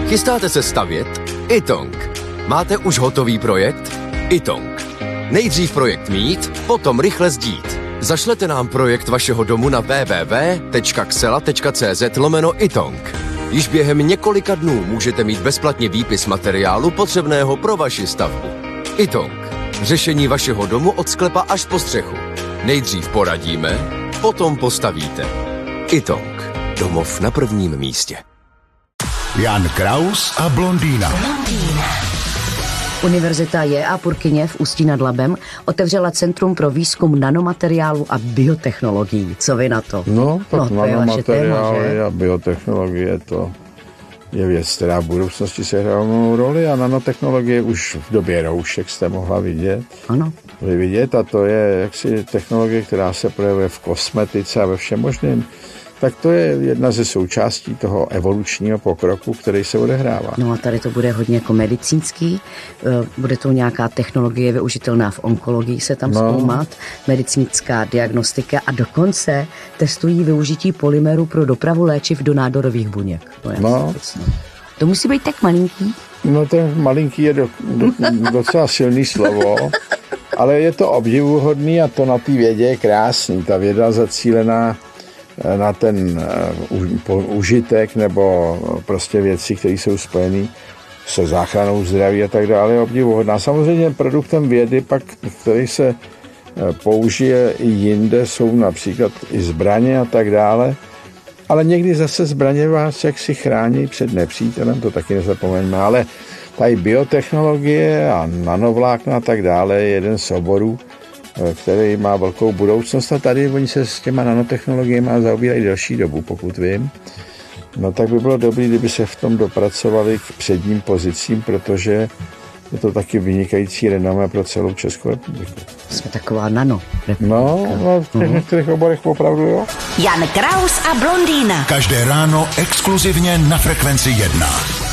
Chystáte se stavět? iTong. Máte už hotový projekt? iTong. Nejdřív projekt mít, potom rychle sdít. Zašlete nám projekt vašeho domu na www.xela.cz/iTong. Již během několika dnů můžete mít bezplatně výpis materiálu potřebného pro vaši stavbu. iTong. Řešení vašeho domu od sklepa až po střechu. Nejdřív poradíme, potom postavíte. iTong. Domov na prvním místě. Jan Kraus a blondýna. Univerzita J.A. Purkyně v Ústí nad Labem otevřela Centrum pro výzkum nanomateriálu a biotechnologií. Co vy na to? No, tak to je vaše téma, že? A biotechnologie, to je věc, která v budoucnosti se hrává roli a nanotechnologie už v době roušek jste mohla vidět. Ano. Vidět a to je jaksi technologie, která se projevuje v kosmetice a ve všem možném. Tak to je jedna ze součástí toho evolučního pokroku, který se odehrává. No a tady to bude hodně jako medicínský, bude to nějaká technologie využitelná v onkologii se tam zkoumat, medicínská diagnostika a dokonce testují využití polymeru pro dopravu léčiv do nádorových buněk. To musí být tak malinký? No ten malinký je docela silný slovo, ale je to obdivuhodný a to na té vědě je krásný. Ta věda zacílená na ten užitek nebo prostě věci, které jsou spojeny se záchranou zdraví a tak dále, je obdivuhodná. Samozřejmě produktem vědy, pak, který se použije i jinde, jsou například i zbraně a tak dále, ale někdy zase zbraně vás jaksi chrání před nepřítelem, to taky nezapomeňme, ale tady biotechnologie a nanovlákna a tak dále je jeden z oborů, který má velkou budoucnost a tady oni se s těma nanotechnologiemi zaobírají delší dobu, pokud vím. No tak by bylo dobré, kdyby se v tom dopracovali k předním pozicím, protože je to taky vynikající renomé pro celou Českou republiku. Jsme taková nano. No, v těch některých oborech opravdu jo. Jan Kraus a blondýna. Každé ráno exkluzivně na Frekvenci 1.